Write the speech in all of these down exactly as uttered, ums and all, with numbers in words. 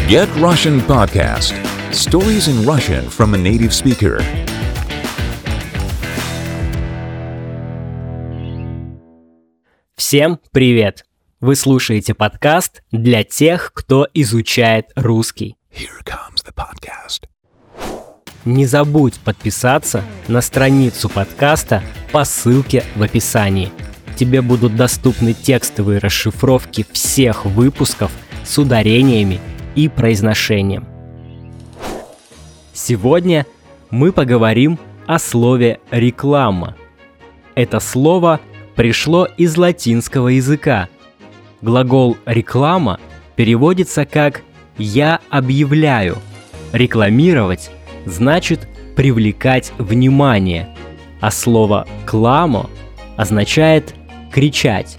Get Russian Podcast. Stories in Russian from a native speaker. Всем привет! Вы слушаете подкаст для тех, кто изучает русский. Here comes the podcast. Не забудь подписаться на страницу подкаста по ссылке в описании. Тебе будут доступны текстовые расшифровки всех выпусков с ударениями и произношением. Сегодня мы поговорим о слове «реклама». Это слово пришло из латинского языка. Глагол «реклама» переводится как «я объявляю». Рекламировать значит привлекать внимание, а слово «кламо» означает кричать.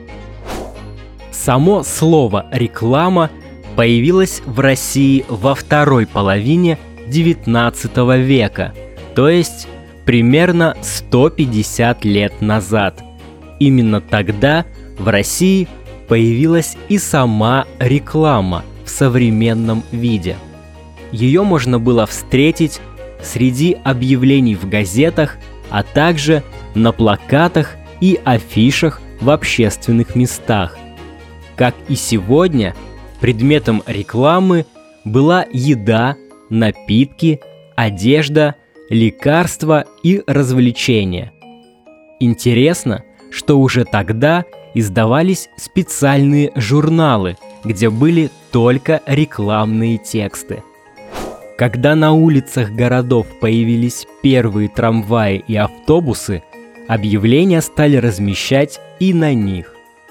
Само слово «реклама» появилось в России во второй половине девятнадцатого века, то есть примерно сто пятьдесят лет назад. Именно тогда в России появилась и сама реклама в современном виде. Ее можно было встретить среди объявлений в газетах, а также на плакатах и афишах в общественных местах. Как и сегодня, предметом рекламы была еда, напитки, одежда, лекарства и развлечения. Интересно, что уже тогда издавались специальные журналы, где были только рекламные тексты. Когда на улицах городов появились первые трамваи и автобусы, объявления стали размещать и на них.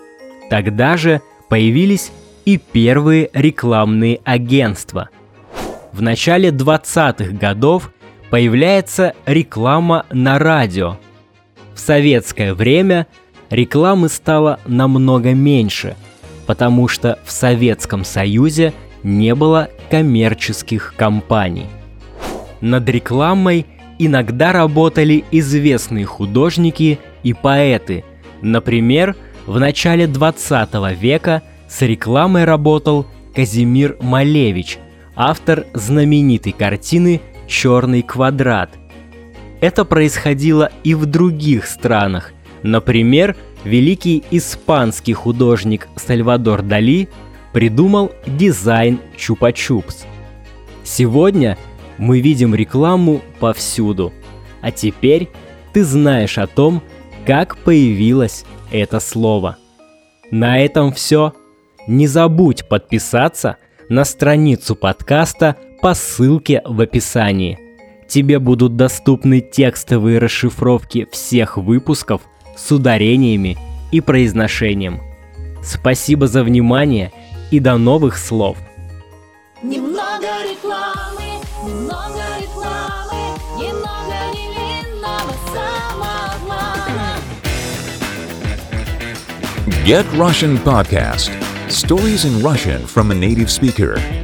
Тогда же появились и первые рекламные агентства. В начале двадцатых годов появляется реклама на радио. В советское время рекламы стало намного меньше, потому что в Советском Союзе не было коммерческих компаний. Над рекламой иногда работали известные художники и поэты. Например, в начале двадцатого века с рекламой работал Казимир Малевич, автор знаменитой картины «Черный квадрат». Это происходило и в других странах. Например, великий испанский художник Сальвадор Дали придумал дизайн чупа-чупс. Сегодня мы видим рекламу повсюду. А теперь ты знаешь о том, как появилось это слово. На этом все. Не забудь подписаться на страницу подкаста по ссылке в описании. Тебе будут доступны текстовые расшифровки всех выпусков с ударениями и произношением. Спасибо за внимание и до новых слов! Немного рекламы, немного рекламы, немного невинного самообмана. Get Russian Podcast. Stories in Russian from a native speaker.